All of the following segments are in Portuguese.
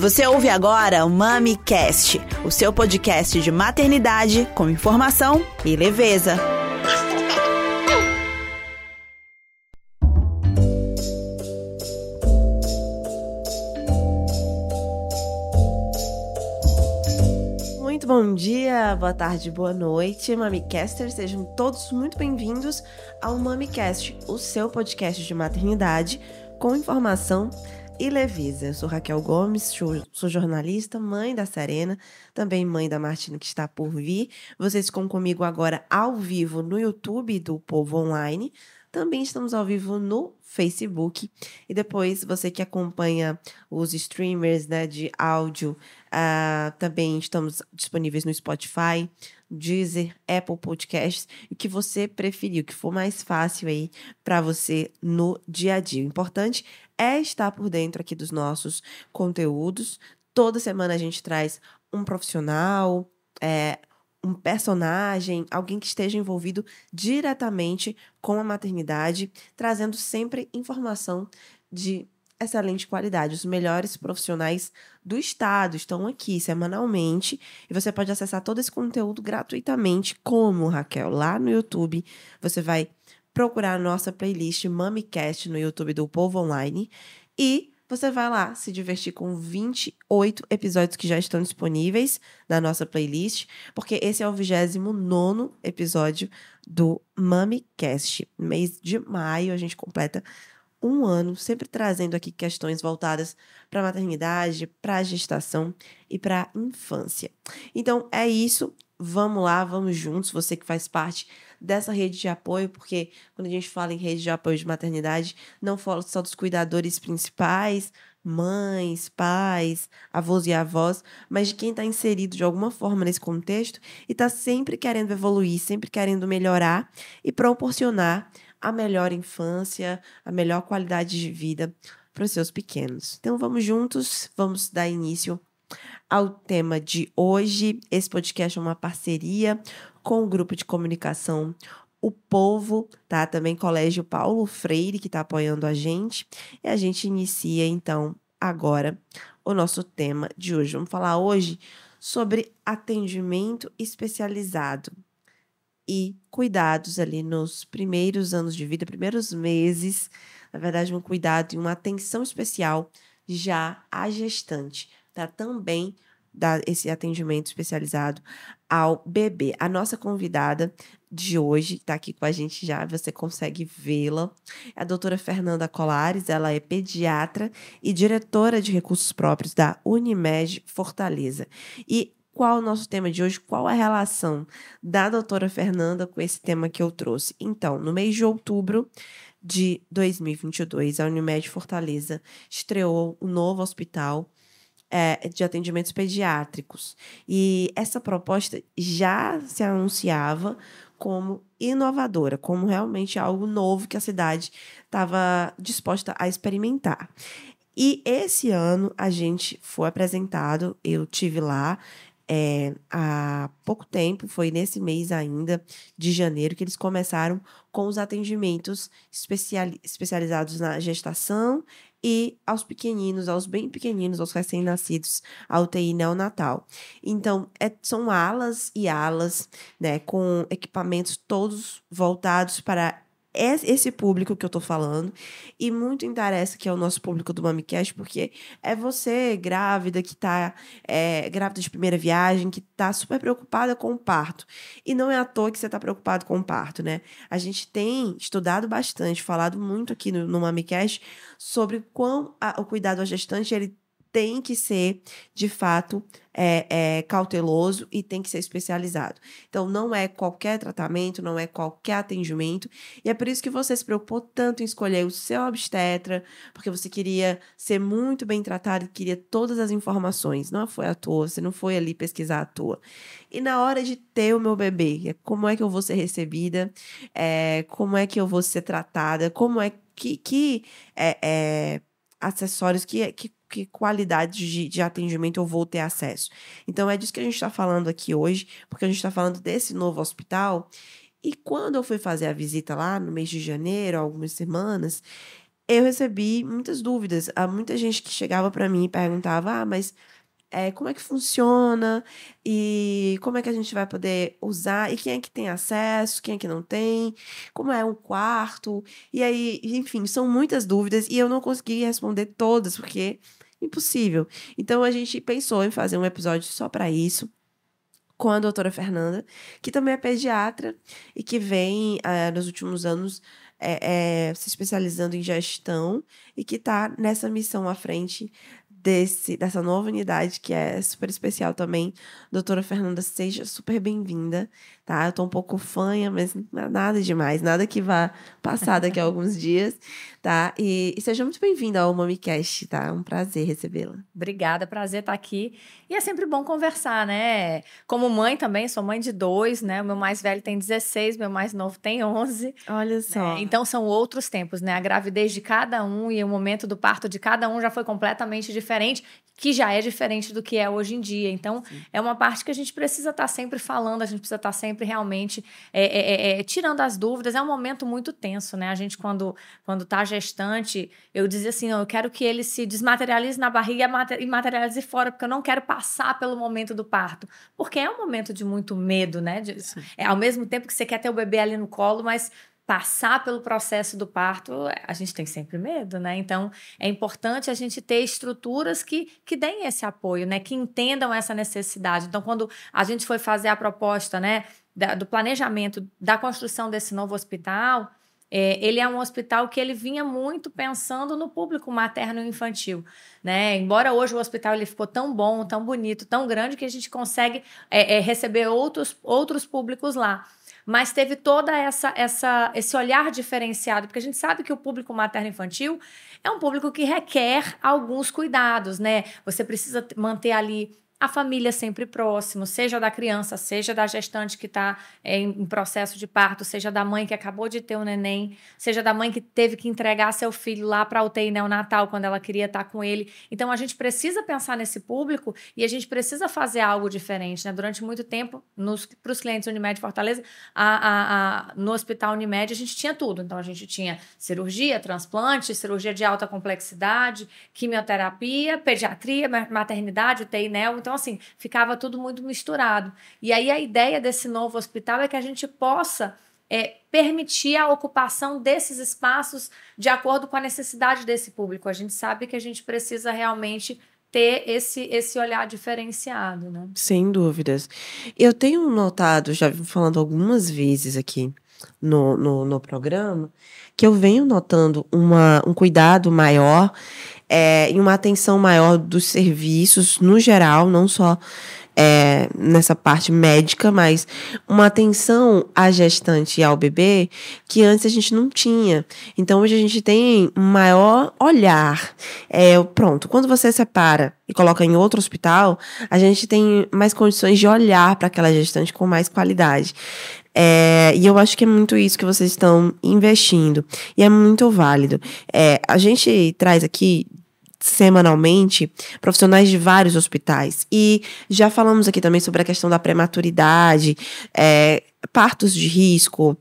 Você ouve agora o MamiCast, o seu podcast de maternidade com informação e leveza. Muito bom dia, boa tarde, boa noite, MamiCasters. Sejam todos muito bem-vindos ao MamiCast, o seu podcast de maternidade com informação e leveza. Eu sou Raquel Gomes, sou jornalista, mãe da Serena, também mãe da Martina, que está por vir. Vocês ficam comigo agora ao vivo no YouTube do Povo Online. Também estamos ao vivo no Facebook. E depois, você que acompanha os streamers, né, de áudio, também estamos disponíveis no Spotify, Deezer, Apple Podcasts, o que você preferir, o que for mais fácil aí para você no dia a dia. O importante é estar por dentro aqui dos nossos conteúdos. Toda semana a gente traz um profissional, um personagem, alguém que esteja envolvido diretamente com a maternidade, trazendo sempre informação de excelente qualidade. Os melhores profissionais do estado estão aqui semanalmente e você pode acessar todo esse conteúdo gratuitamente, como, Raquel, lá no YouTube. Você vai procurar a nossa playlist MamiCast no YouTube do Povo Online e você vai lá se divertir com 28 episódios que já estão disponíveis na nossa playlist, porque esse é o 29º episódio do MamiCast. No mês de maio a gente completa um ano, sempre trazendo aqui questões voltadas para a maternidade, para a gestação e para a infância. Então é isso, vamos lá, vamos juntos, você que faz parte dessa rede de apoio, porque quando a gente fala em rede de apoio de maternidade, não fala só dos cuidadores principais, mães, pais, avós e avós, mas de quem está inserido de alguma forma nesse contexto e está sempre querendo evoluir, sempre querendo melhorar e proporcionar a melhor infância, a melhor qualidade de vida para os seus pequenos. Então vamos juntos, vamos dar início ao tema de hoje. Esse podcast é uma parceria com o grupo de comunicação O Povo, tá? Também Colégio Paulo Freire, que está apoiando a gente. E a gente inicia, então, agora o nosso tema de hoje. Vamos falar hoje sobre atendimento especializado e cuidados ali nos primeiros anos de vida, primeiros meses. Na verdade, um cuidado e uma atenção especial já à gestante, tá? Também dar esse atendimento especializado ao bebê. A nossa convidada de hoje, que está aqui com a gente já, você consegue vê-la, é a doutora Fernanda Colares. Ela é pediatra e diretora de recursos próprios da Unimed Fortaleza. E qual o nosso tema de hoje? Qual a relação da doutora Fernanda com esse tema que eu trouxe? Então, no mês de outubro de 2022, a Unimed Fortaleza estreou um novo hospital de atendimentos pediátricos. E essa proposta já se anunciava como inovadora, como realmente algo novo que a cidade estava disposta a experimentar. E esse ano a gente foi apresentado, eu tive lá, há pouco tempo, foi nesse mês ainda de janeiro, que eles começaram com os atendimentos especializados na gestação e aos pequeninos, aos bem pequeninos, aos recém-nascidos, a UTI neonatal. Então, são alas e alas, né, com equipamentos todos voltados para esse público que eu tô falando, e muito interessa que é o nosso público do MamiCast, porque é você grávida que tá grávida de primeira viagem, que tá super preocupada com o parto, e não é à toa que você tá preocupado com o parto, né? A gente tem estudado bastante, falado muito aqui no MamiCast sobre o cuidado à gestante, ele tem que ser, de fato, cauteloso e tem que ser especializado. Então, não é qualquer tratamento, não é qualquer atendimento. E é por isso que você se preocupou tanto em escolher o seu obstetra, porque você queria ser muito bem tratado e queria todas as informações. Não foi à toa, você não foi ali pesquisar à toa. E na hora de ter o meu bebê, como é que eu vou ser recebida? Como é que eu vou ser tratada? Como é que acessórios, que qualidade de atendimento eu vou ter acesso. Então, é disso que a gente está falando aqui hoje, porque a gente está falando desse novo hospital. E quando eu fui fazer a visita lá, no mês de janeiro, algumas semanas, eu recebi muitas dúvidas. Há muita gente que chegava para mim e perguntava, mas como é que funciona e como é que a gente vai poder usar e quem é que tem acesso, quem é que não tem, como é um quarto. E aí, enfim, são muitas dúvidas e eu não consegui responder todas, porque impossível. Então a gente pensou em fazer um episódio só para isso, com a doutora Fernanda, que também é pediatra e que vem, nos últimos anos, se especializando em gestão e que está nessa missão à frente dessa nova unidade, que é super especial também. Doutora Fernanda, seja super bem-vinda, tá? Eu tô um pouco fanha, mas nada demais, nada que vá passar daqui a alguns dias, tá? E seja muito bem-vinda ao MamiCast, tá? É um prazer recebê-la. Obrigada, prazer estar aqui. E é sempre bom conversar, né? Como mãe também, sou mãe de 2, né? O meu mais velho tem 16, meu mais novo tem 11. Olha só. Então são outros tempos, né? A gravidez de cada um e o momento do parto de cada um já foi completamente diferente, que já é diferente do que é hoje em dia. Então, é uma parte que a gente precisa estar sempre falando, a gente precisa estar sempre realmente tirando as dúvidas. É um momento muito tenso, né? A gente, quando tá gestante, eu dizia assim, não, eu quero que ele se desmaterialize na barriga e materialize fora, porque eu não quero passar pelo momento do parto. Porque é um momento de muito medo, né? Ao mesmo tempo que você quer ter o bebê ali no colo, mas passar pelo processo do parto, a gente tem sempre medo, né? Então, é importante a gente ter estruturas que deem esse apoio, né? Que entendam essa necessidade. Então, quando a gente foi fazer a proposta, né, do planejamento da construção desse novo hospital, ele é um hospital que ele vinha muito pensando no público materno e infantil, né? Embora hoje o hospital ele ficou tão bom, tão bonito, tão grande que a gente consegue receber outros públicos lá. Mas teve toda esse olhar diferenciado, porque a gente sabe que o público materno-infantil é um público que requer alguns cuidados, né? Você precisa manter ali a família sempre próximo, seja da criança, seja da gestante que está em processo de parto, seja da mãe que acabou de ter um neném, seja da mãe que teve que entregar seu filho lá para a UTI neonatal quando ela queria estar com ele. Então, a gente precisa pensar nesse público e a gente precisa fazer algo diferente, né? Durante muito tempo, para os clientes Unimed Fortaleza, no Hospital Unimed, a gente tinha tudo. Então, a gente tinha cirurgia, transplante, cirurgia de alta complexidade, quimioterapia, pediatria, maternidade, UTI neo. Então, assim, ficava tudo muito misturado. E aí, a ideia desse novo hospital é que a gente possa permitir a ocupação desses espaços de acordo com a necessidade desse público. A gente sabe que a gente precisa realmente ter esse olhar diferenciado, né? Sem dúvidas. Eu tenho notado, já vim falando algumas vezes aqui no programa, que eu venho notando um cuidado maior e uma atenção maior dos serviços no geral, não só nessa parte médica, mas uma atenção à gestante e ao bebê que antes a gente não tinha. Então, hoje a gente tem um maior olhar. Pronto, quando você separa e coloca em outro hospital, a gente tem mais condições de olhar para aquela gestante com mais qualidade. E eu acho que é muito isso que vocês estão investindo. E é muito válido. A gente traz aqui semanalmente profissionais de vários hospitais. E já falamos aqui também sobre a questão da prematuridade, partos de risco,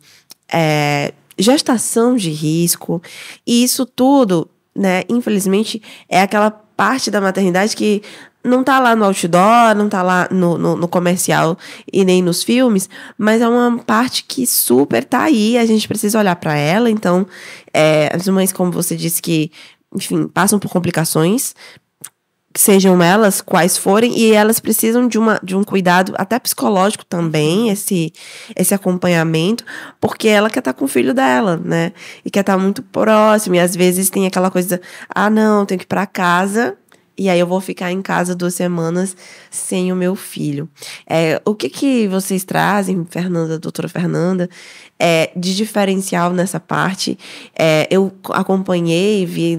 gestação de risco. E isso tudo, né, infelizmente, é aquela parte da maternidade que não tá lá no outdoor, não tá lá no comercial e nem nos filmes, mas é uma parte que super tá aí, a gente precisa olhar para ela. Então, as mães, como você disse, que enfim, passam por complicações, sejam elas quais forem, e elas precisam de um cuidado até psicológico também, esse acompanhamento, porque ela quer estar com o filho dela, né? E quer estar muito próximo, e às vezes tem aquela coisa, não, tenho que ir para casa, e aí eu vou ficar em casa 2 semanas sem o meu filho. O que vocês trazem, doutora Fernanda, de diferencial nessa parte? Eu acompanhei, vi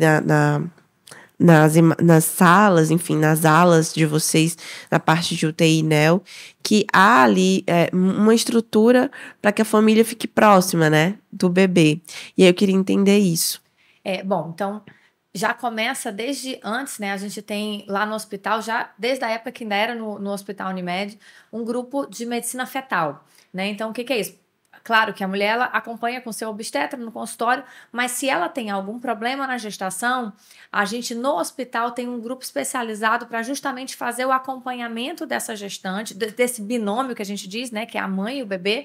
nas salas, enfim, nas alas de vocês, na parte de UTI e neo, que há ali uma estrutura para que a família fique próxima, né, do bebê. E aí eu queria entender isso. Bom, então já começa desde antes, né? A gente tem lá no hospital, já desde a época que ainda era no Hospital Unimed, um grupo de medicina fetal, né? Então, o que é isso? Claro que a mulher ela acompanha com seu obstetra no consultório, mas se ela tem algum problema na gestação, a gente no hospital tem um grupo especializado para justamente fazer o acompanhamento dessa gestante, desse binômio que a gente diz, né, que é a mãe e o bebê,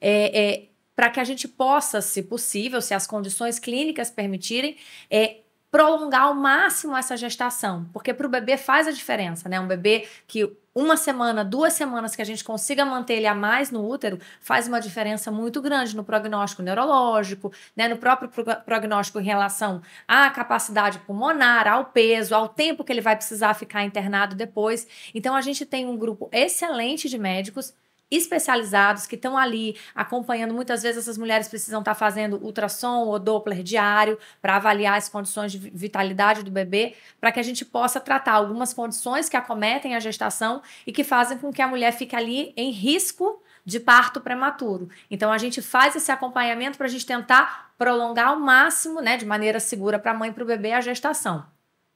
para que a gente possa, se possível, se as condições clínicas permitirem, prolongar ao máximo essa gestação, porque para o bebê faz a diferença, né? Um bebê que 1 semana, 2 semanas que a gente consiga manter ele a mais no útero, faz uma diferença muito grande no prognóstico neurológico, né? No próprio prognóstico em relação à capacidade pulmonar, ao peso, ao tempo que ele vai precisar ficar internado depois. Então, a gente tem um grupo excelente de médicos especializados que estão ali acompanhando. Muitas vezes essas mulheres precisam estar fazendo ultrassom ou Doppler diário para avaliar as condições de vitalidade do bebê, para que a gente possa tratar algumas condições que acometem a gestação e que fazem com que a mulher fique ali em risco de parto prematuro. Então a gente faz esse acompanhamento para a gente tentar prolongar ao máximo, né, de maneira segura para a mãe e para o bebê a gestação.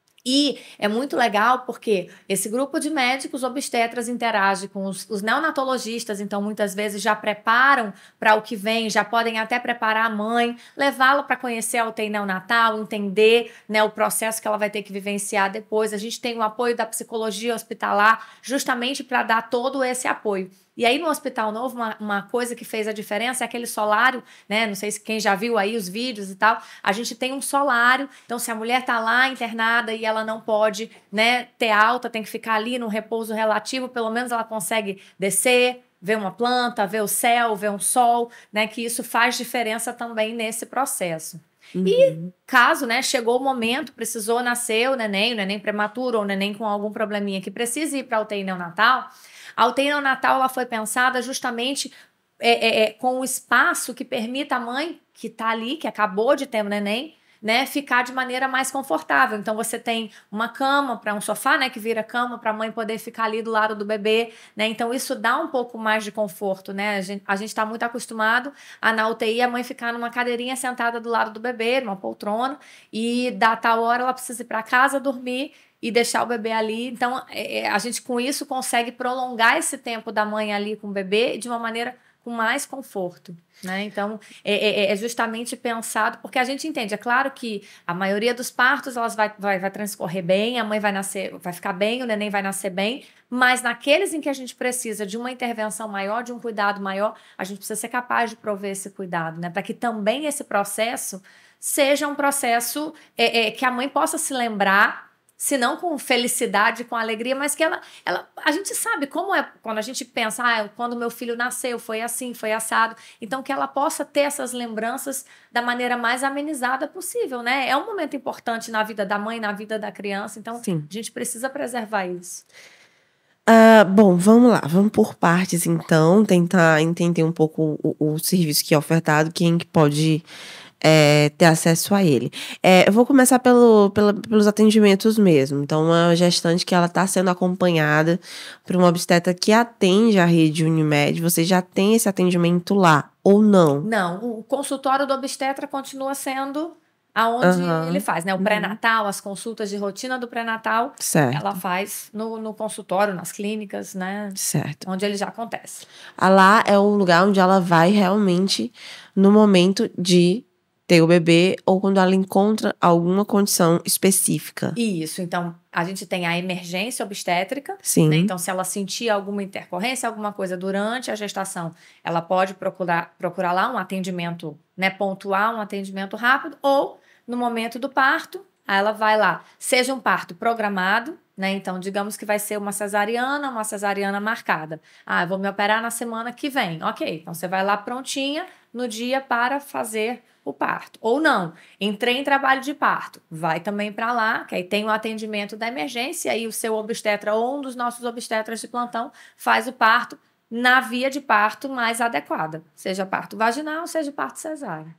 E é muito legal porque esse grupo de médicos obstetras interage com os neonatologistas, então muitas vezes já preparam para o que vem, já podem até preparar a mãe, levá-la para conhecer a UTI neonatal, entender, né, o processo que ela vai ter que vivenciar depois. A gente tem o apoio da psicologia hospitalar justamente para dar todo esse apoio. E aí no Hospital Novo, uma coisa que fez a diferença é aquele solário, né? Não sei se quem já viu aí os vídeos e tal. A gente tem um solário, então se a mulher tá lá internada e ela não pode, né, ter alta, tem que ficar ali no repouso relativo, pelo menos ela consegue descer, ver uma planta, ver o céu, ver um sol, né? Que isso faz diferença também nesse processo. E caso, né, chegou o momento, precisou nascer o neném prematuro ou o neném com algum probleminha que precise ir para a UTI neonatal, a UTI neonatal ela foi pensada justamente com um espaço que permita a mãe que está ali, que acabou de ter o neném, né, ficar de maneira mais confortável. Então você tem uma cama para um sofá, né, que vira cama para a mãe poder ficar ali do lado do bebê, né? Então isso dá um pouco mais de conforto, né? A gente está muito acostumado a na UTI a mãe ficar numa cadeirinha sentada do lado do bebê, numa poltrona, e da tal hora ela precisa ir para casa dormir e deixar o bebê ali. Então a gente com isso consegue prolongar esse tempo da mãe ali com o bebê de uma maneira com mais conforto, né? Então, é justamente pensado, porque a gente entende, é claro que a maioria dos partos elas vai transcorrer bem, a mãe vai nascer, vai ficar bem, o neném vai nascer bem, mas naqueles em que a gente precisa de uma intervenção maior, de um cuidado maior, a gente precisa ser capaz de prover esse cuidado, né? Para que também esse processo seja um processo que a mãe possa se lembrar, se não com felicidade, com alegria, mas que a gente sabe como é quando a gente pensa, quando meu filho nasceu, foi assim, foi assado. Então, que ela possa ter essas lembranças da maneira mais amenizada possível, né? É um momento importante na vida da mãe, na vida da criança, então Sim. A gente precisa preservar isso. Bom, vamos lá, vamos por partes então, tentar entender um pouco o serviço que é ofertado, quem que pode ter acesso a ele. Eu vou começar pelos atendimentos mesmo. Então, uma gestante que ela está sendo acompanhada por uma obstetra que atende a rede Unimed, você já tem esse atendimento lá, ou não? Não, o consultório do obstetra continua sendo aonde ele faz, né? O pré-natal, as consultas de rotina do pré-natal, ela faz no consultório, nas clínicas, né? Certo. Onde ele já acontece. Lá é o lugar onde ela vai realmente no momento de ter o bebê ou quando ela encontra alguma condição específica. Isso, então a gente tem a emergência obstétrica, Sim. Né? Então se ela sentir alguma intercorrência, alguma coisa durante a gestação, ela pode procurar lá um atendimento, né, pontual, um atendimento rápido, ou no momento do parto, aí ela vai lá, seja um parto programado, né? Então digamos que vai ser uma cesariana marcada. Eu vou me operar na semana que vem. Ok, então você vai lá prontinha no dia para fazer o parto. Ou não, entrei em trabalho de parto, vai também para lá, que aí tem o atendimento da emergência, aí o seu obstetra ou um dos nossos obstetras de plantão faz o parto na via de parto mais adequada, seja parto vaginal, seja parto cesárea.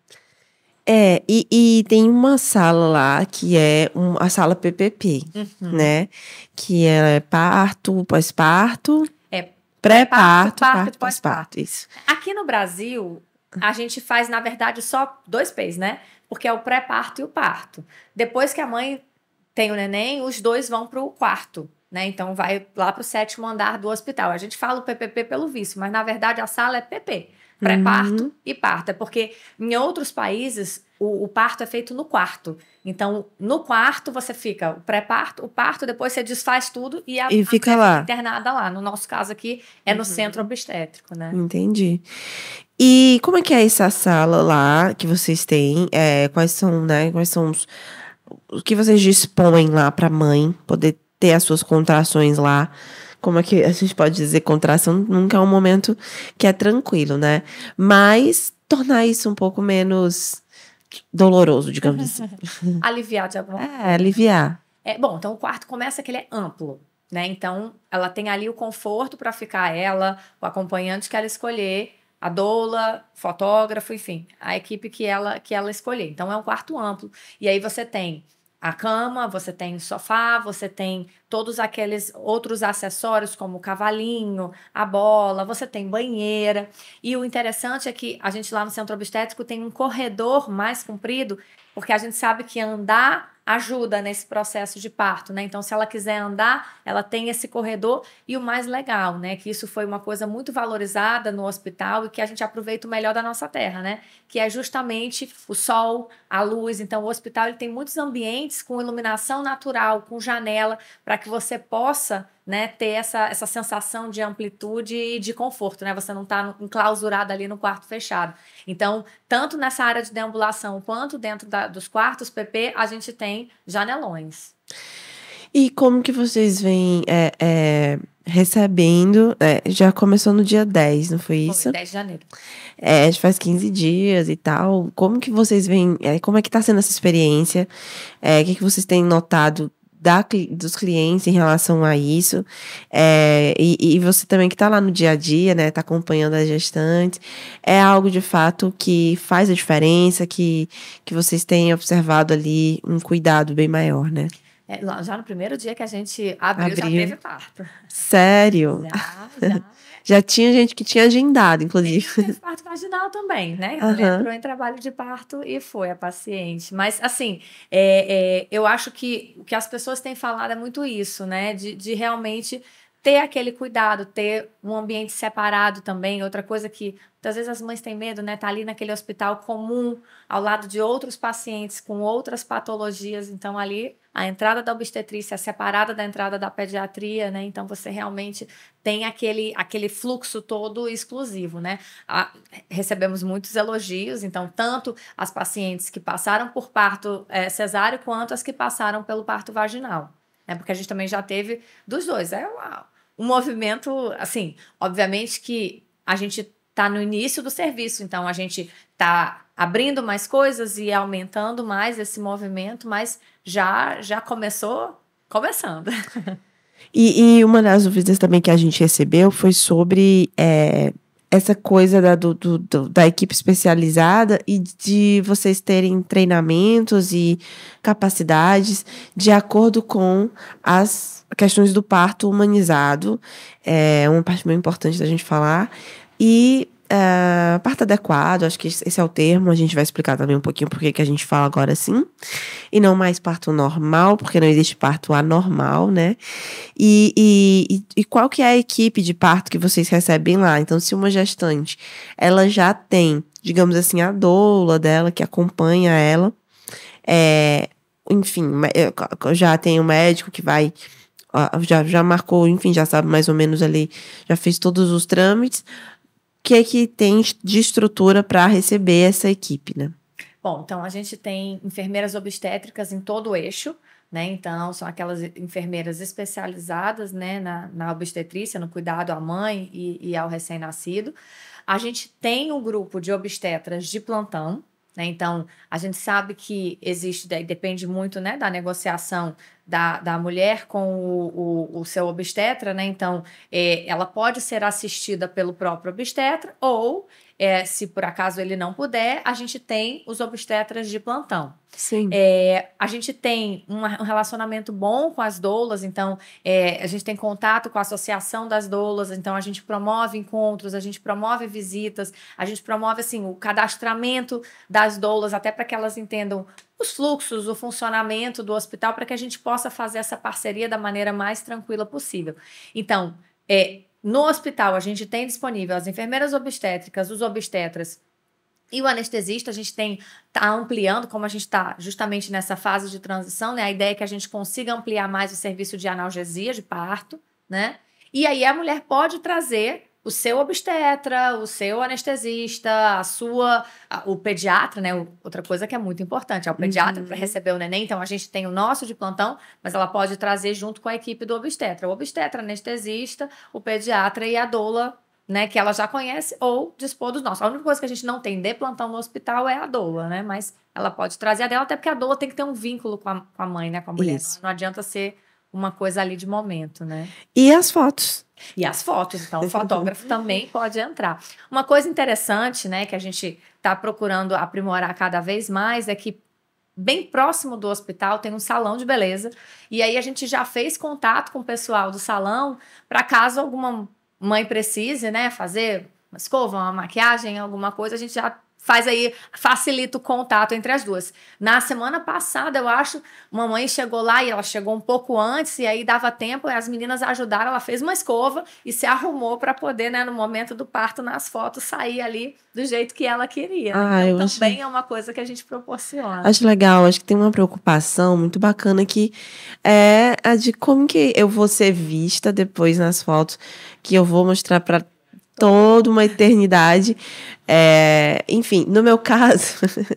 E tem uma sala lá que é a sala PPP, né? Que é parto, pós-parto, pré-parto, parto, pós-parto, isso. Aqui no Brasil, a gente faz, na verdade, só 2 P's, né? Porque é o pré-parto e o parto. Depois que a mãe tem o neném, os 2 vão para o quarto, né? Então, vai lá para o 7º andar do hospital. A gente fala o PPP pelo vício, mas, na verdade, a sala é PP, pré-parto e parto. É porque em outros países o parto é feito no quarto. Então, no quarto você fica o pré-parto, o parto, depois você desfaz tudo e a fica mulher lá. fica internada lá. No nosso caso aqui é no centro obstétrico, né? Entendi. E como é que é essa sala lá que vocês têm? Quais são, né? Quais são o que vocês dispõem lá pra mãe poder ter as suas contrações lá? Como é que a gente pode dizer contração? Nunca é um momento que é tranquilo, né? Mas tornar isso um pouco menos doloroso, digamos assim. Aliviar de alguma forma. Aliviar. Bom, então o quarto começa que ele é amplo, né? Então, ela tem ali o conforto para ficar ela, o acompanhante que ela escolher, a doula, fotógrafo, enfim, a equipe que ela escolher. Então, é um quarto amplo. E aí você tem a cama, você tem o sofá, você tem todos aqueles outros acessórios, como o cavalinho, a bola, você tem banheira. E o interessante é que a gente lá no centro obstétrico tem um corredor mais comprido, porque a gente sabe que andar ajuda nesse processo de parto, né? Então, se ela quiser andar, ela tem esse corredor. E o mais legal, né? Que isso foi uma coisa muito valorizada no hospital e que a gente aproveita o melhor da nossa terra, né? Que é justamente o sol, a luz. Então, o hospital ele tem muitos ambientes com iluminação natural, com janela, para que você possa, né, ter essa sensação de amplitude e de conforto, né? Você não está enclausurado ali no quarto fechado. Então, tanto nessa área de deambulação quanto dentro dos quartos PP, a gente tem janelões. E como que vocês vêm recebendo? Já começou no dia 10, não foi isso? Foi, 10 de janeiro. Já faz 15 dias e tal. Como que vocês veem? Como é que tá sendo essa experiência? O que vocês têm notado dos clientes em relação a isso? E você também que tá lá no dia a dia, né? Tá acompanhando as gestantes. É algo de fato que faz a diferença, que vocês têm observado ali um cuidado bem maior, né? Já no primeiro dia que a gente abriu. Já teve parto. Sério? Já. Já tinha gente que tinha agendado, inclusive. E teve parto vaginal também, né? Entrou em trabalho de parto e foi a paciente. Mas, assim, eu acho que o que as pessoas têm falado é muito isso, né? De realmente ter aquele cuidado, ter um ambiente separado também. Outra coisa que muitas vezes as mães têm medo, né? Tá ali naquele hospital comum, ao lado de outros pacientes com outras patologias. Então, ali, a entrada da obstetrícia é separada da entrada da pediatria, né? Então, você realmente tem aquele fluxo todo exclusivo, né? Recebemos muitos elogios. Então, tanto as pacientes que passaram por parto cesáreo, quanto as que passaram pelo parto vaginal. Porque a gente também já teve dos dois. Um movimento, assim, obviamente que a gente está no início do serviço, então a gente está abrindo mais coisas e aumentando mais esse movimento, mas já começando. E uma das dúvidas também que a gente recebeu foi sobre essa coisa da equipe especializada e de vocês terem treinamentos e capacidades de acordo com as questões do parto humanizado. É uma parte muito importante da gente falar. E parto adequado, acho que esse é o termo, a gente vai explicar também um pouquinho por que a gente fala agora assim, e não mais parto normal, porque não existe parto anormal, né? E qual que é a equipe de parto que vocês recebem lá? Então, se uma gestante, ela já tem, digamos assim, a doula dela, que acompanha ela, enfim, já tem um médico que vai... Já marcou, enfim, já sabe mais ou menos ali, já fez todos os trâmites. O que tem de estrutura para receber essa equipe, né? Bom, então a gente tem enfermeiras obstétricas em todo o eixo, né? Então, são aquelas enfermeiras especializadas, né, na obstetrícia, no cuidado à mãe e ao recém-nascido. A gente tem um grupo de obstetras de plantão, né? Então, a gente sabe que existe, depende muito, né, da negociação da mulher com o seu obstetra, né? Então, ela pode ser assistida pelo próprio obstetra ou, se por acaso ele não puder, a gente tem os obstetras de plantão. Sim. A gente tem um relacionamento bom com as doulas, então a gente tem contato com a associação das doulas, então a gente promove encontros, a gente promove visitas, a gente promove assim, o cadastramento das doulas, até para que elas entendam os fluxos, o funcionamento do hospital, para que a gente possa fazer essa parceria da maneira mais tranquila possível. Então, No hospital, a gente tem disponível as enfermeiras obstétricas, os obstetras e o anestesista. A gente tá ampliando, como a gente está justamente nessa fase de transição, né? A ideia é que a gente consiga ampliar mais o serviço de analgesia de parto, né? E aí a mulher pode trazer o seu obstetra, o seu anestesista, o pediatra, né? Outra coisa que é muito importante, é o pediatra para receber o neném. Então, a gente tem o nosso de plantão, mas ela pode trazer junto com a equipe do obstetra. O obstetra, anestesista, o pediatra e a doula, né, que ela já conhece, ou dispor dos nossos. A única coisa que a gente não tem de plantão no hospital é a doula, né? Mas ela pode trazer a dela, até porque a doula tem que ter um vínculo com a mãe, né? Com a mulher. Isso. Não adianta ser uma coisa ali de momento, né? E as fotos? E as fotos, então o fotógrafo também pode entrar. Uma coisa interessante, né, que a gente está procurando aprimorar cada vez mais é que bem próximo do hospital tem um salão de beleza, e aí a gente já fez contato com o pessoal do salão para caso alguma mãe precise, né, fazer uma escova, uma maquiagem, alguma coisa, a gente já faz aí, facilita o contato entre as duas. Na semana passada, eu acho, uma mãe chegou lá e ela chegou um pouco antes, e aí dava tempo, e as meninas ajudaram, ela fez uma escova e se arrumou para poder, né, no momento do parto, nas fotos, sair ali do jeito que ela queria. Né? Então, também é uma coisa que a gente proporciona. Acho legal, acho que tem uma preocupação muito bacana que é a de como que eu vou ser vista depois nas fotos, que eu vou mostrar para toda uma eternidade. Enfim, no meu caso,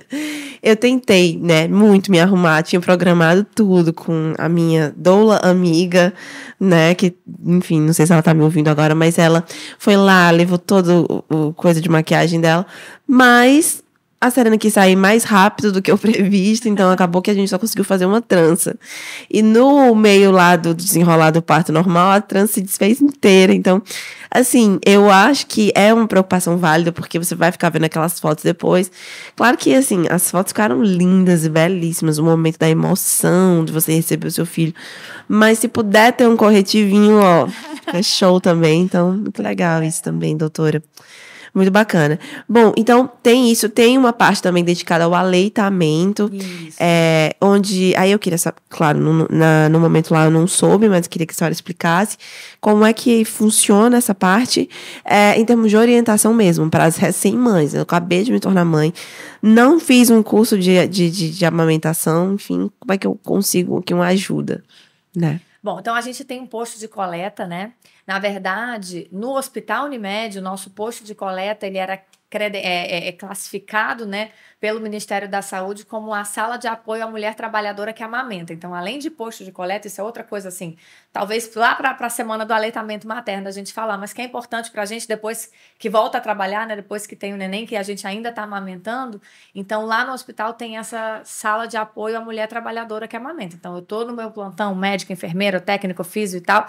eu tentei, né, muito me arrumar, tinha programado tudo com a minha doula amiga, né, que, enfim, não sei se ela tá me ouvindo agora, mas ela foi lá, levou todo o coisa de maquiagem dela, mas a Serena quis sair mais rápido do que o previsto, então acabou que a gente só conseguiu fazer uma trança. E no meio lá do desenrolar do parto normal, a trança se desfez inteira. Então, assim, eu acho que é uma preocupação válida, porque você vai ficar vendo aquelas fotos depois. Claro que, assim, as fotos ficaram lindas e belíssimas, o momento da emoção de você receber o seu filho. Mas se puder ter um corretivinho, ó, é show também. Então, muito legal isso também, doutora. Muito bacana. Bom, então tem isso, tem uma parte também dedicada ao aleitamento, onde, aí eu queria saber, claro, no momento lá eu não soube, mas queria que a senhora explicasse como é que funciona essa parte em termos de orientação mesmo, para as recém-mães. Eu acabei de me tornar mãe, não fiz um curso de amamentação, enfim, como é que eu consigo aqui uma ajuda, né? Bom, então a gente tem um posto de coleta, né? Na verdade, no Hospital Unimed, o nosso posto de coleta, ele era classificado, né, pelo Ministério da Saúde como a sala de apoio à mulher trabalhadora que amamenta. Então, além de posto de coleta, isso é outra coisa assim, talvez lá para a semana do aleitamento materno a gente falar, mas que é importante para a gente depois que volta a trabalhar, né, depois que tem o neném, que a gente ainda está amamentando. Então, lá no hospital tem essa sala de apoio à mulher trabalhadora que amamenta. Então, eu estou no meu plantão, médico, enfermeiro, técnico, físio e tal,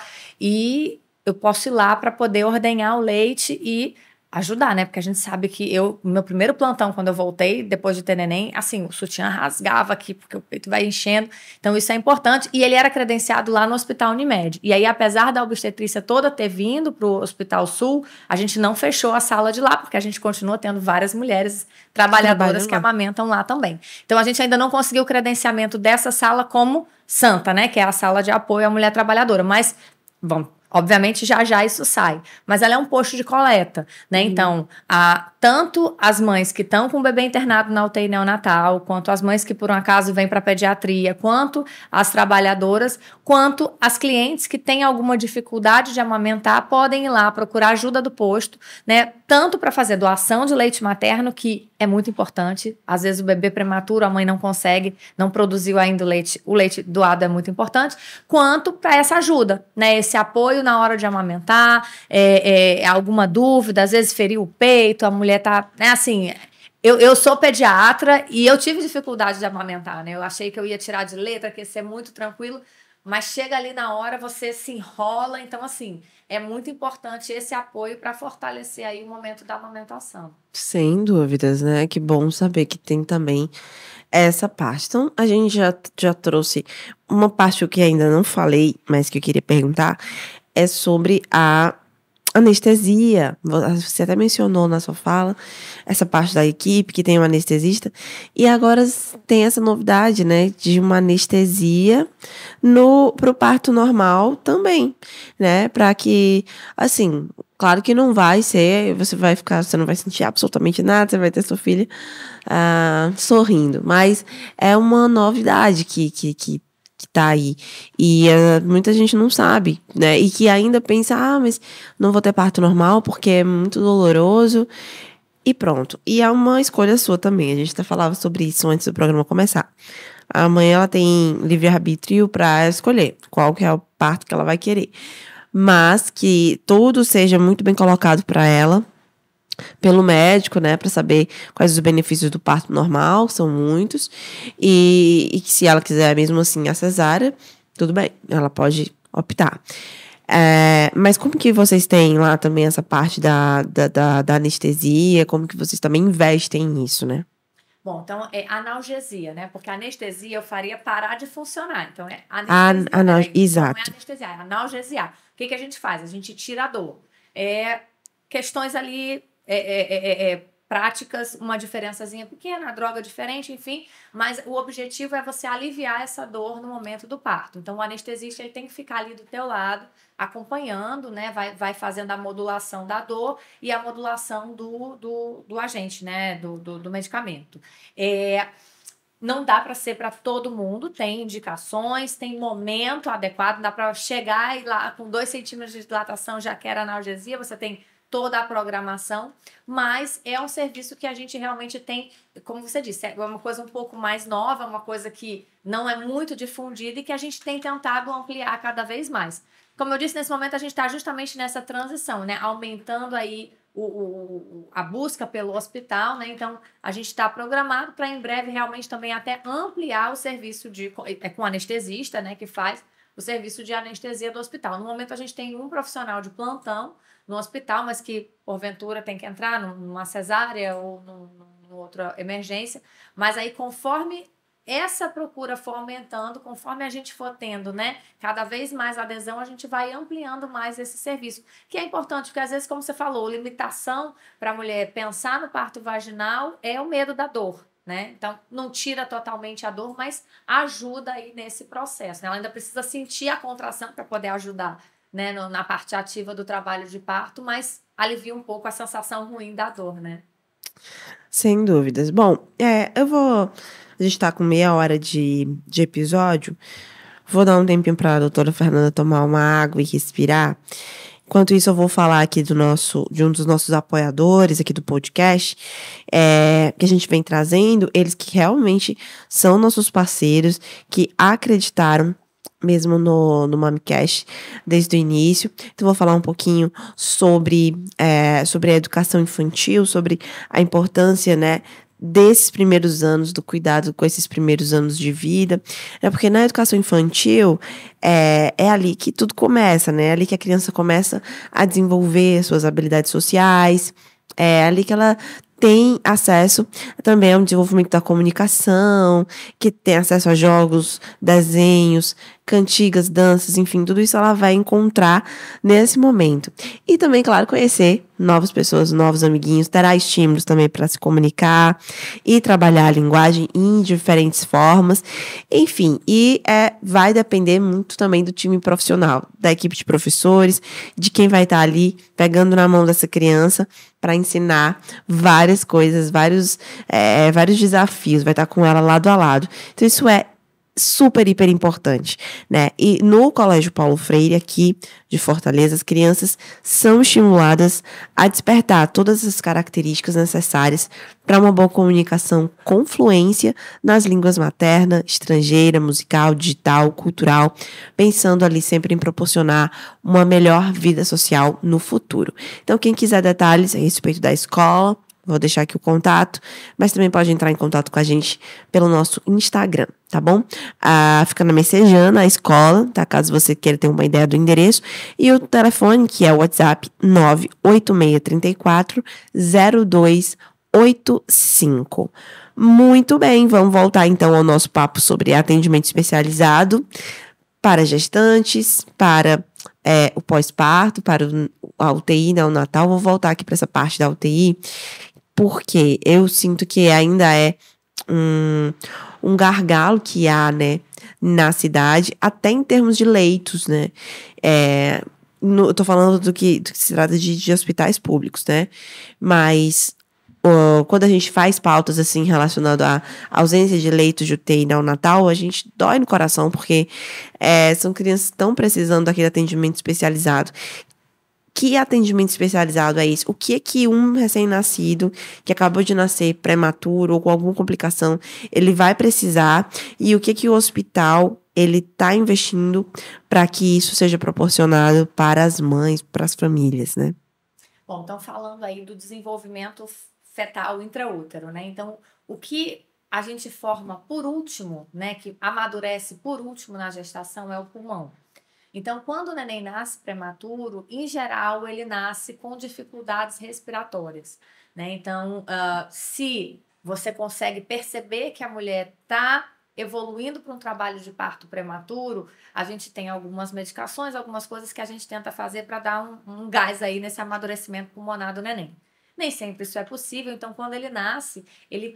e eu posso ir lá para poder ordenhar o leite e ajudar, né? Porque a gente sabe que meu primeiro plantão, quando eu voltei, depois de ter neném, assim, o sutiã rasgava aqui, porque o peito vai enchendo. Então, isso é importante. E ele era credenciado lá no Hospital Unimed. E aí, apesar da obstetrícia toda ter vindo para o Hospital Sul, a gente não fechou a sala de lá, porque a gente continua tendo várias mulheres trabalhadoras que amamentam lá também. Então, a gente ainda não conseguiu o credenciamento dessa sala como santa, né? Que é a sala de apoio à mulher trabalhadora. Mas, bom, obviamente, já isso sai. Mas ela é um posto de coleta, né? Então, tanto as mães que estão com o bebê internado na UTI neonatal, quanto as mães que, por um acaso, vêm para a pediatria, quanto as trabalhadoras, quanto as clientes que têm alguma dificuldade de amamentar, podem ir lá procurar ajuda do posto, né? Tanto para fazer doação de leite materno, que é muito importante. Às vezes, o bebê prematuro, a mãe não consegue, não produziu ainda o leite doado é muito importante, quanto para essa ajuda, né? Esse apoio na hora de amamentar, alguma dúvida, às vezes feriu o peito, a mulher tá, né, assim, eu sou pediatra e eu tive dificuldade de amamentar, né, eu achei que eu ia tirar de letra, que ia ser muito tranquilo, mas chega ali na hora, você se enrola, então, assim, é muito importante esse apoio para fortalecer aí o momento da amamentação. Sem dúvidas, né, que bom saber que tem também essa parte. Então, a gente já trouxe uma parte que ainda não falei, mas que eu queria perguntar, é sobre anestesia. Você até mencionou na sua fala essa parte da equipe que tem um anestesista. E agora tem essa novidade, né, de uma anestesia pro parto normal também, né? Para que, assim, claro que não vai ser, você não vai sentir absolutamente nada, você vai ter sua filha sorrindo. Mas é uma novidade que tá aí. E muita gente não sabe, né? E que ainda pensa, mas não vou ter parto normal porque é muito doloroso. E pronto. E é uma escolha sua também. A gente até falava sobre isso antes do programa começar. A mãe, ela tem livre-arbítrio para escolher qual que é o parto que ela vai querer. Mas que tudo seja muito bem colocado para ela, pelo médico, né, para saber quais os benefícios do parto normal, são muitos, e que se ela quiser mesmo assim a cesárea, tudo bem, ela pode optar. Mas como que vocês têm lá também essa parte da anestesia, como que vocês também investem nisso, né? Bom, então é analgesia, né? Porque a anestesia eu faria parar de funcionar. Então é anestesia. Exato. Não é anestesiar, é analgesiar. O que a gente faz? A gente tira a dor. Questões ali práticas, uma diferençazinha pequena, a droga diferente, enfim, mas o objetivo é você aliviar essa dor no momento do parto. Então, o anestesista ele tem que ficar ali do teu lado, acompanhando, né, vai fazendo a modulação da dor e a modulação do agente, né, do medicamento. Não dá para ser para todo mundo, tem indicações, tem momento adequado, dá para chegar e lá com 2 centímetros de dilatação já quer analgesia, você tem toda a programação, mas é um serviço que a gente realmente tem, como você disse, é uma coisa um pouco mais nova, uma coisa que não é muito difundida e que a gente tem tentado ampliar cada vez mais. Como eu disse, nesse momento a gente está justamente nessa transição, né? Aumentando aí a busca pelo hospital, né? Então, a gente está programado para em breve realmente também até ampliar o serviço com anestesista, né? Que faz o serviço de anestesia do hospital. No momento, a gente tem um profissional de plantão no hospital, mas que, porventura, tem que entrar numa cesárea ou numa outra emergência. Mas aí, conforme essa procura for aumentando, conforme a gente for tendo, né, cada vez mais adesão, a gente vai ampliando mais esse serviço. Que é importante, porque às vezes, como você falou, limitação para a mulher pensar no parto vaginal é o medo da dor, né? Então, não tira totalmente a dor, mas ajuda aí nesse processo, né? Ela ainda precisa sentir a contração para poder ajudar, né, na parte ativa do trabalho de parto, mas alivia um pouco a sensação ruim da dor, né? Sem dúvidas. Bom, a gente tá com meia hora de episódio. Vou dar um tempinho para a doutora Fernanda tomar uma água e respirar. Enquanto isso, eu vou falar aqui de um dos nossos apoiadores aqui do podcast, que a gente vem trazendo, eles que realmente são nossos parceiros, que acreditaram mesmo no MamiCast desde o início. Então, vou falar um pouquinho sobre a educação infantil, sobre a importância, né, desses primeiros anos, do cuidado com esses primeiros anos de vida. Porque na educação infantil é ali que tudo começa, né? É ali que a criança começa a desenvolver suas habilidades sociais, é ali que ela tem acesso também ao desenvolvimento da comunicação, que tem acesso a jogos, desenhos, cantigas, danças, enfim, tudo isso ela vai encontrar nesse momento. E também, claro, conhecer novas pessoas, novos amiguinhos, terá estímulos também para se comunicar e trabalhar a linguagem em diferentes formas. Enfim, vai depender muito também do time profissional, da equipe de professores, de quem vai estar ali pegando na mão dessa criança para ensinar várias coisas, vários desafios, vai estar com ela lado a lado. Então, isso é super, hiper importante, né? E no Colégio Paulo Freire, aqui de Fortaleza, as crianças são estimuladas a despertar todas as características necessárias para uma boa comunicação com fluência nas línguas materna, estrangeira, musical, digital, cultural, pensando ali sempre em proporcionar uma melhor vida social no futuro. Então, quem quiser detalhes a respeito da escola, vou deixar aqui o contato, mas também pode entrar em contato com a gente pelo nosso Instagram, tá bom? Fica na Messejana, a escola, tá? Caso você queira ter uma ideia do endereço. E o telefone, que é o WhatsApp 986340285. Muito bem, vamos voltar então ao nosso papo sobre atendimento especializado para gestantes, para o pós-parto, para a UTI neonatal. Vou voltar aqui para essa parte da UTI, porque eu sinto que ainda é um gargalo que há, né, na cidade, até em termos de leitos, né? Eu tô falando do que se trata de hospitais públicos, né? Mas quando a gente faz pautas assim relacionadas à ausência de leitos de UTI neonatal, a gente dói no coração, porque são crianças que estão precisando daquele atendimento especializado. Que atendimento especializado é isso? O que é que um recém-nascido, que acabou de nascer prematuro ou com alguma complicação, ele vai precisar? E o que é que o hospital ele está investindo para que isso seja proporcionado para as mães, para as famílias, né? Bom, então falando aí do desenvolvimento fetal intraútero, né? Então, o que a gente forma por último, né, que amadurece por último na gestação é o pulmão. Então, quando o neném nasce prematuro, em geral, ele nasce com dificuldades respiratórias, né? Então, se você consegue perceber que a mulher está evoluindo para um trabalho de parto prematuro, a gente tem algumas medicações, algumas coisas que a gente tenta fazer para dar um gás aí nesse amadurecimento pulmonar do neném. Nem sempre isso é possível, então, quando ele nasce, ele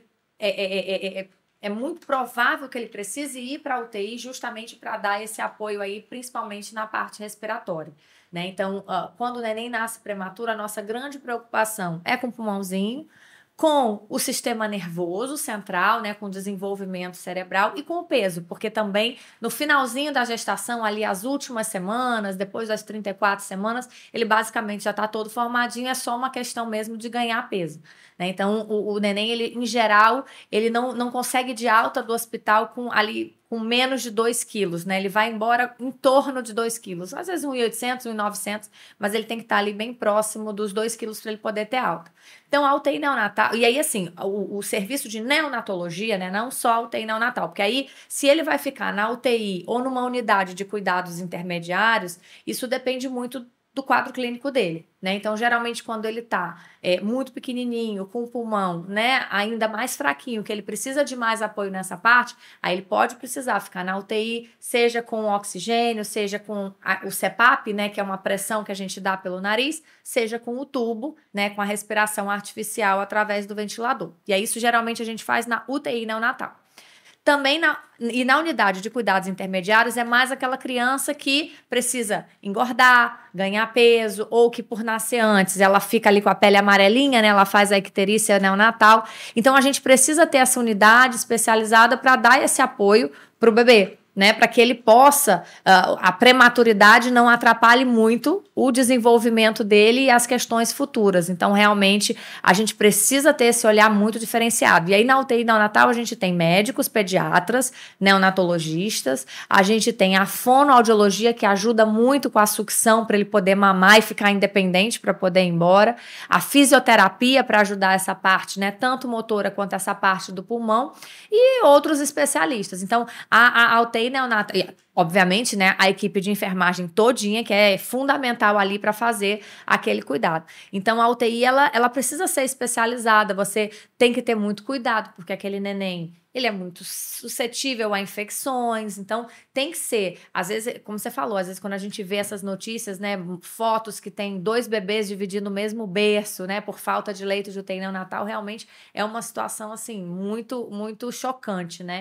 é muito provável que ele precise ir para a UTI justamente para dar esse apoio aí, principalmente na parte respiratória, né? Então, quando o neném nasce prematuro, a nossa grande preocupação é com o pulmãozinho, com o sistema nervoso central, né, com o desenvolvimento cerebral e com o peso, porque também no finalzinho da gestação, ali as últimas semanas, depois das 34 semanas, ele basicamente já está todo formadinho, é só uma questão mesmo de ganhar peso, né? Então, o neném, ele, em geral, ele não consegue ir de alta do hospital com menos de 2 quilos, né? Ele vai embora em torno de 2 quilos, às vezes 1.800, 1.900, mas ele tem que estar ali bem próximo dos 2 quilos para ele poder ter alta. Então, a UTI neonatal, e aí assim, o serviço de neonatologia, né, não só a UTI neonatal, porque aí, se ele vai ficar na UTI ou numa unidade de cuidados intermediários, isso depende muito do quadro clínico dele, né? Então, geralmente, quando ele tá muito pequenininho, com o pulmão, né, ainda mais fraquinho, que ele precisa de mais apoio nessa parte, aí ele pode precisar ficar na UTI, seja com oxigênio, seja com o CPAP, né, que é uma pressão que a gente dá pelo nariz, seja com o tubo, né, com a respiração artificial através do ventilador. E aí, isso geralmente a gente faz na UTI neonatal. Também na unidade de cuidados intermediários é mais aquela criança que precisa engordar, ganhar peso, ou que por nascer antes ela fica ali com a pele amarelinha, né? Ela faz a icterícia neonatal. Então a gente precisa ter essa unidade especializada para dar esse apoio para o bebê, né, para que ele possa, a prematuridade não atrapalhe muito o desenvolvimento dele e as questões futuras. Então, realmente, a gente precisa ter esse olhar muito diferenciado. E aí, na UTI neonatal, a gente tem médicos, pediatras, neonatologistas, a gente tem a fonoaudiologia, que ajuda muito com a sucção para ele poder mamar e ficar independente para poder ir embora, a fisioterapia para ajudar essa parte, né, tanto motora quanto essa parte do pulmão, e outros especialistas. Então, a UTI neonatal, e, obviamente, né, a equipe de enfermagem todinha, que é fundamental ali para fazer aquele cuidado. Então, a UTI, ela precisa ser especializada, você tem que ter muito cuidado, porque aquele neném, ele é muito suscetível a infecções, então tem que ser, às vezes, como você falou, às vezes quando a gente vê essas notícias, né, fotos que tem 2 bebês dividindo o mesmo berço, né, por falta de leito de UTI neonatal, realmente é uma situação, assim, muito, muito chocante, né?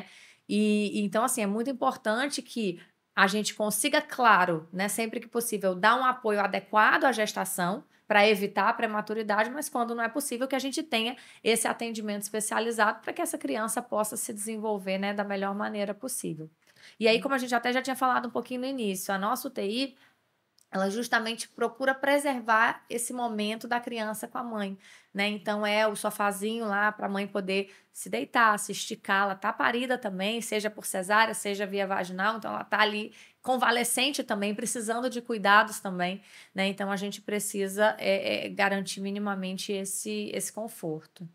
E então, assim, é muito importante que a gente consiga, claro, né, sempre que possível, dar um apoio adequado à gestação para evitar a prematuridade, mas quando não é possível, que a gente tenha esse atendimento especializado para que essa criança possa se desenvolver, né, da melhor maneira possível. E aí, como a gente até já tinha falado um pouquinho no início, a nossa UTI, ela justamente procura preservar esse momento da criança com a mãe, né? Então é o sofazinho lá para a mãe poder se deitar, se esticar. Ela tá parida também, seja por cesárea, seja via vaginal, então ela tá ali convalescente também, precisando de cuidados também, né? Então a gente precisa garantir minimamente esse conforto.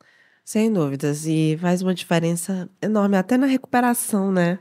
Sem dúvidas, e faz uma diferença enorme, até na recuperação, né?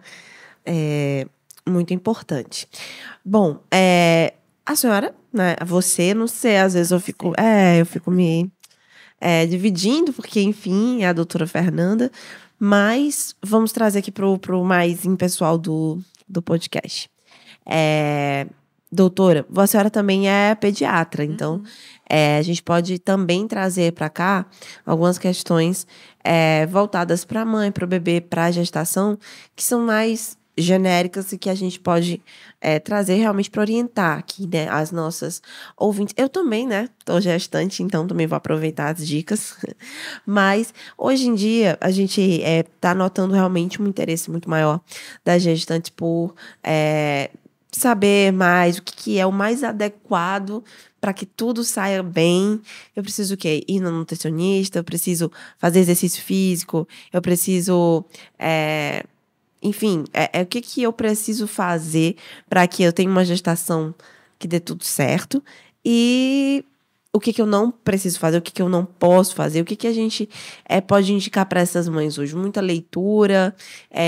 Muito importante. Bom, a senhora, né? Você, não sei, às vezes eu fico me dividindo, porque, enfim, é a doutora Fernanda, mas vamos trazer aqui pro mais impessoal do podcast. doutora, a senhora também é pediatra, então a gente pode também trazer para cá algumas questões voltadas para a mãe, para o bebê, para a gestação, que são mais genéricas e que a gente pode trazer realmente para orientar aqui, né, as nossas ouvintes. Eu também, né, tô gestante, então também vou aproveitar as dicas. Mas hoje em dia a gente tá notando realmente um interesse muito maior das gestantes por saber mais o que é o mais adequado para que tudo saia bem. Eu preciso o quê? Ir no nutricionista, eu preciso fazer exercício físico, eu preciso enfim, o que eu preciso fazer para que eu tenha uma gestação que dê tudo certo e o que eu não preciso fazer, o que eu não posso fazer, o que a gente pode indicar para essas mães hoje. Muita leitura,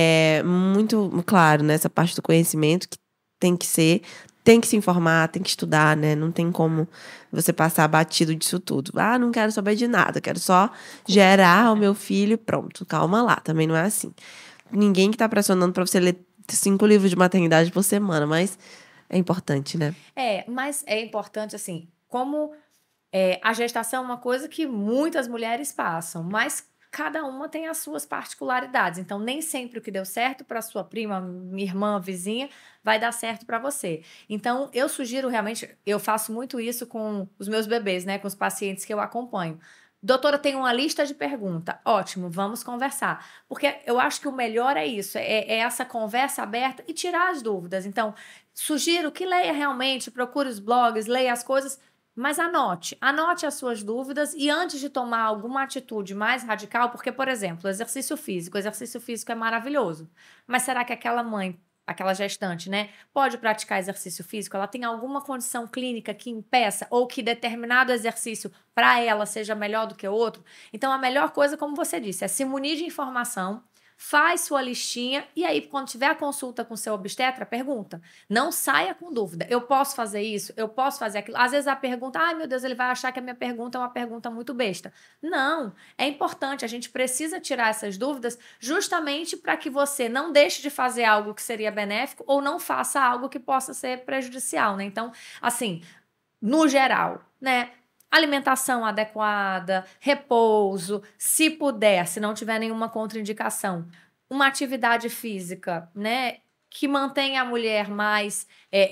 muito, claro, né, essa parte do conhecimento que tem que se informar, tem que estudar, né? Não tem como você passar batido disso tudo. Ah, não quero saber de nada, quero só gerar o meu filho e pronto. Calma lá, também não é assim. Ninguém que tá pressionando para você ler 5 livros de maternidade por semana, mas é importante, né? Mas é importante, assim, como a gestação é uma coisa que muitas mulheres passam, mas cada uma tem as suas particularidades. Então, nem sempre o que deu certo para sua prima, minha irmã, vizinha, vai dar certo para você. Então, eu sugiro realmente, eu faço muito isso com os meus bebês, né, com os pacientes que eu acompanho. Doutora, tem uma lista de perguntas. Ótimo, vamos conversar. Porque eu acho que o melhor é isso, é essa conversa aberta e tirar as dúvidas. Então, sugiro que leia realmente, procure os blogs, leia as coisas, mas anote as suas dúvidas e antes de tomar alguma atitude mais radical, porque, por exemplo, o exercício físico é maravilhoso, mas será que aquela mãe, aquela gestante, né, pode praticar exercício físico? Ela tem alguma condição clínica que impeça ou que determinado exercício para ela seja melhor do que o outro? Então, a melhor coisa, como você disse, é se munir de informação, faz sua listinha e aí, quando tiver a consulta com seu obstetra, pergunta. Não saia com dúvida. Eu posso fazer isso? Eu posso fazer aquilo? Às vezes a pergunta, ai meu Deus, ele vai achar que a minha pergunta é uma pergunta muito besta. Não, é importante, a gente precisa tirar essas dúvidas justamente para que você não deixe de fazer algo que seria benéfico ou não faça algo que possa ser prejudicial, né? Então, assim, no geral, né? Alimentação adequada, repouso, se puder, se não tiver nenhuma contraindicação, uma atividade física, né, que mantenha a mulher mais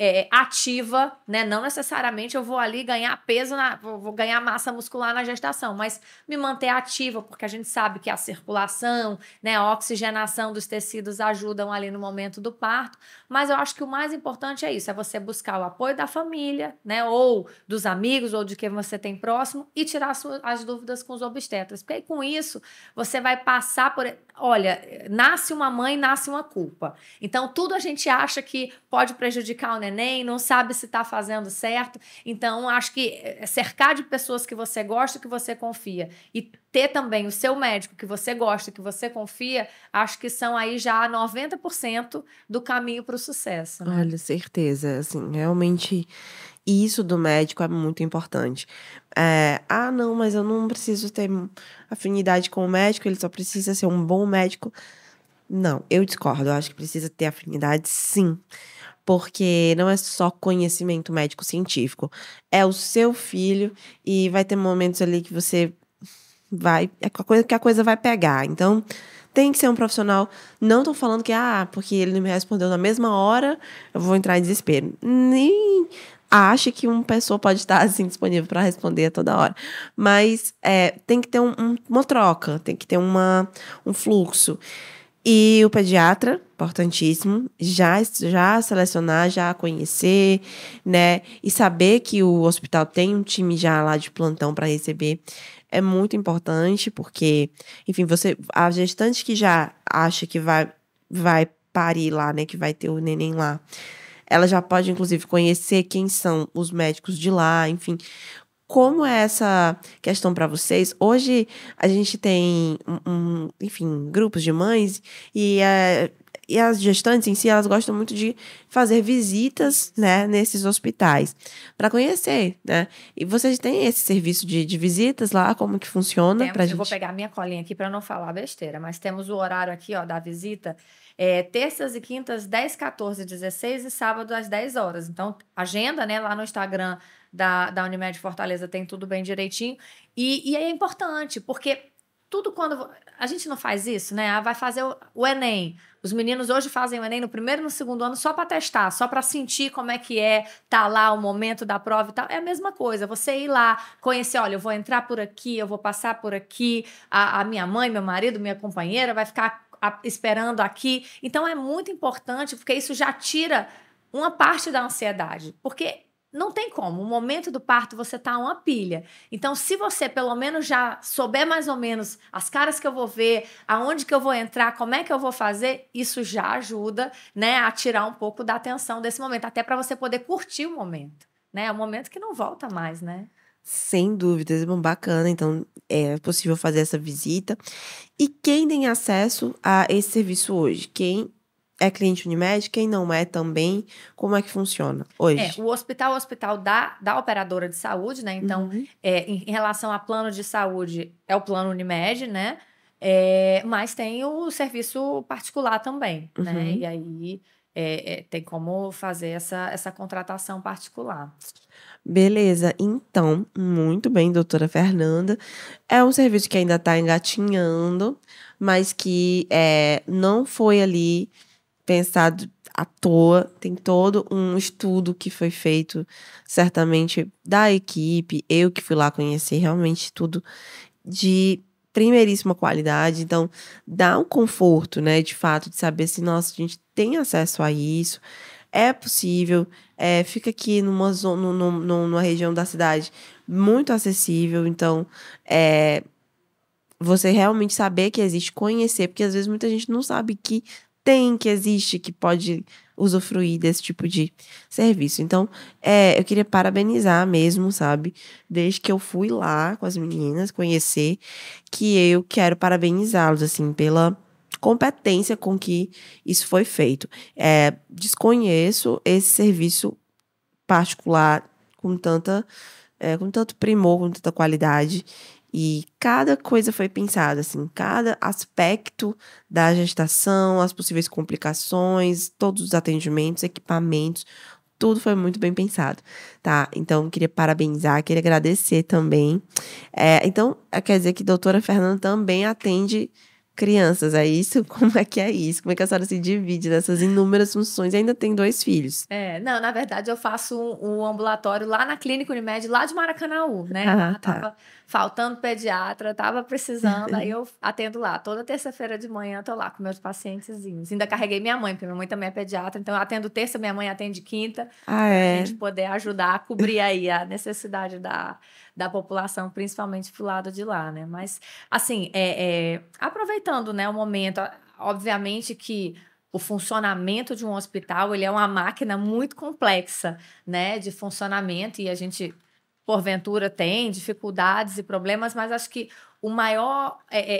ativa, né? Não necessariamente eu vou ali ganhar peso, vou ganhar massa muscular na gestação, mas me manter ativa, porque a gente sabe que a circulação, né, a oxigenação dos tecidos ajudam ali no momento do parto, mas eu acho que o mais importante é isso, é você buscar o apoio da família, né, ou dos amigos, ou de quem você tem próximo, e tirar as dúvidas com os obstetras, porque aí com isso você vai passar por... Olha, nasce uma mãe, nasce uma culpa. Então, tudo a gente acha que pode prejudicar o neném, não sabe se está fazendo certo. Então, acho que cercar de pessoas que você gosta, que você confia, e ter também o seu médico que você gosta, que você confia, acho que são aí já 90% do caminho para o sucesso, né? Olha, certeza, assim, realmente isso do médico é muito importante. Não, mas eu não preciso ter afinidade com o médico, ele só precisa ser um bom médico. Não, eu discordo, eu acho que precisa ter afinidade, sim. Porque não é só conhecimento médico científico, é o seu filho e vai ter momentos ali que você vai, que a coisa vai pegar. Então, tem que ser um profissional. Não tô falando que, porque ele não me respondeu na mesma hora, eu vou entrar em desespero. Nem ache que uma pessoa pode estar assim disponível para responder a toda hora. Mas tem que ter uma troca, tem que ter um fluxo. E o pediatra, importantíssimo, já selecionar, já conhecer, né? E saber que o hospital tem um time já lá de plantão para receber é muito importante, porque, enfim, a gestante que já acha que vai parir lá, né? Que vai ter o neném lá, ela já pode, inclusive, conhecer quem são os médicos de lá, enfim. Como é essa questão para vocês? Hoje a gente tem, enfim, grupos de mães e as gestantes em si, elas gostam muito de fazer visitas, né, nesses hospitais para conhecer, né? E vocês têm esse serviço de visitas lá? Como que funciona? Eu vou pegar minha colinha aqui para não falar besteira, mas temos o horário aqui, ó, da visita. terças e quintas, 10, 14, 16 e sábado às 10 horas. Então, agenda, né, lá no Instagram da Unimed Fortaleza tem tudo bem direitinho. E aí é importante, porque tudo quando... A gente não faz isso, né? Vai fazer o Enem. Os meninos hoje fazem o Enem no primeiro e no segundo ano só para testar, só para sentir como é que tá lá o momento da prova e tal. É a mesma coisa, você ir lá, conhecer, olha, eu vou entrar por aqui, eu vou passar por aqui, a minha mãe, meu marido, minha companheira vai ficar esperando aqui. Então é muito importante, porque isso já tira uma parte da ansiedade. Porque não tem como, o momento do parto você tá uma pilha. Então, se você pelo menos já souber mais ou menos as caras que eu vou ver, aonde que eu vou entrar, como é que eu vou fazer, isso já ajuda, né, a tirar um pouco da atenção desse momento, até para você poder curtir o momento, né? É um momento que não volta mais, né? Sem dúvidas, é bacana. Então, é possível fazer essa visita. E quem tem acesso a esse serviço hoje? Quem é cliente Unimed? Quem não é também? Como é que funciona hoje? O hospital da operadora de saúde, né? Então, em relação a plano de saúde, é o plano Unimed, né? Mas tem o serviço particular também, né? E aí tem como fazer essa contratação particular. Beleza, então, muito bem, doutora Fernanda. É um serviço que ainda está engatinhando, mas que não foi ali pensado à toa. Tem todo um estudo que foi feito, certamente, da equipe. Eu que fui lá conhecer, realmente tudo de primeiríssima qualidade. Então, dá um conforto, né, de fato, de saber se, nossa, a gente tem acesso a isso. É possível, fica aqui numa zona, numa região da cidade muito acessível. Então, você realmente saber que existe, conhecer, porque às vezes muita gente não sabe que tem, que existe, que pode usufruir desse tipo de serviço. Então, eu queria parabenizar mesmo, sabe? Desde que eu fui lá com as meninas conhecer, que eu quero parabenizá-los, assim, pela competência com que isso foi feito. Desconheço esse serviço particular com tanto primor, com tanta qualidade. E cada coisa foi pensada, assim, cada aspecto da gestação, as possíveis complicações, todos os atendimentos, equipamentos, tudo foi muito bem pensado, tá? Então, queria parabenizar, queria agradecer também. Então, quer dizer que a doutora Fernanda também atende crianças, é isso? Como é que é isso? Como é que a senhora se divide nessas inúmeras funções? E ainda tem 2 filhos. Não, na verdade, eu faço um ambulatório lá na Clínica Unimed, lá de Maracanaú, né? Ah, tá. Tava faltando pediatra, tava precisando, aí eu atendo lá. Toda terça-feira de manhã eu tô lá com meus pacientezinhos. Ainda carreguei minha mãe, porque minha mãe também é pediatra, então eu atendo terça, minha mãe atende quinta, Ah, pra gente poder ajudar a cobrir aí a necessidade da população, principalmente pro lado de lá, né? Mas, assim, aproveitando, né, o momento, obviamente que o funcionamento de um hospital, ele é uma máquina muito complexa, né, de funcionamento, e a gente, porventura, tem dificuldades e problemas, mas acho que o maior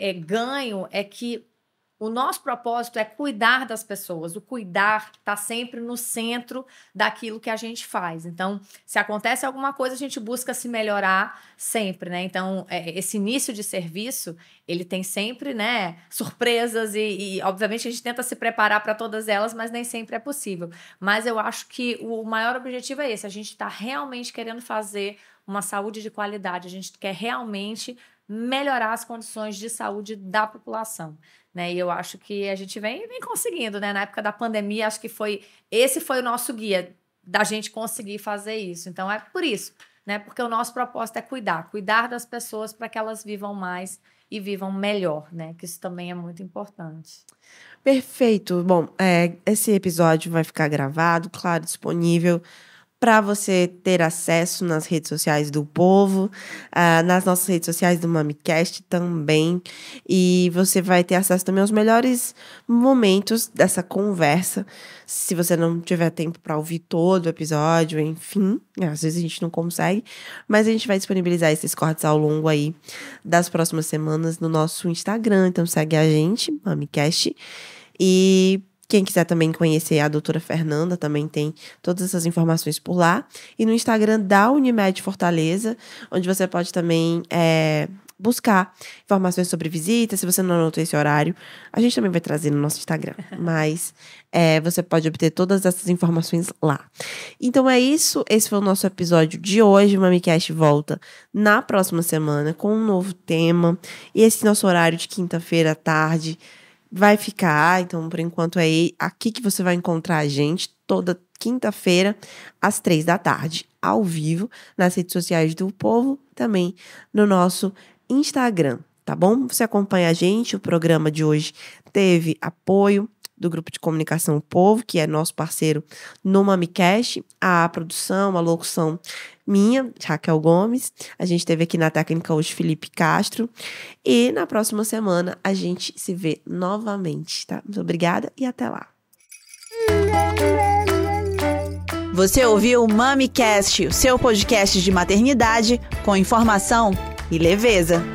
ganho é que o nosso propósito é cuidar das pessoas. O cuidar está sempre no centro daquilo que a gente faz. Então, se acontece alguma coisa, a gente busca se melhorar sempre, né? Então, esse início de serviço, ele tem sempre, né, surpresas e, obviamente, a gente tenta se preparar para todas elas, mas nem sempre é possível. Mas eu acho que o maior objetivo é esse. A gente está realmente querendo fazer uma saúde de qualidade. A gente quer realmente melhorar as condições de saúde da população, né? E eu acho que a gente vem conseguindo, né? Na época da pandemia, acho que esse foi o nosso guia da gente conseguir fazer isso. Então, é por isso, né? Porque o nosso propósito é cuidar das pessoas para que elas vivam mais e vivam melhor, né? Que isso também é muito importante. Perfeito. Bom, esse episódio vai ficar gravado, claro, disponível para você ter acesso nas redes sociais do Povo, nas nossas redes sociais do MamiCast também. E você vai ter acesso também aos melhores momentos dessa conversa. Se você não tiver tempo para ouvir todo o episódio, enfim, às vezes a gente não consegue, mas a gente vai disponibilizar esses cortes ao longo aí das próximas semanas no nosso Instagram. Então segue a gente, MamiCast. E quem quiser também conhecer a doutora Fernanda, também tem todas essas informações por lá. E no Instagram da Unimed Fortaleza, onde você pode também buscar informações sobre visitas. Se você não anotou esse horário, a gente também vai trazer no nosso Instagram. Mas você pode obter todas essas informações lá. Então é isso. Esse foi o nosso episódio de hoje. O MamiCast volta na próxima semana com um novo tema. E esse nosso horário de quinta-feira à tarde vai ficar. Então, por enquanto, é aqui que você vai encontrar a gente toda quinta-feira, às 3h, ao vivo, nas redes sociais do Povo, também no nosso Instagram, tá bom? Você acompanha a gente, o programa de hoje teve apoio do Grupo de Comunicação Povo, que é nosso parceiro no MamiCast, a produção, a locução minha, Raquel Gomes, a gente teve aqui na técnica hoje Felipe Castro, e na próxima semana a gente se vê novamente, tá? Muito obrigada e até lá! Você ouviu o MamiCast, o seu podcast de maternidade com informação e leveza.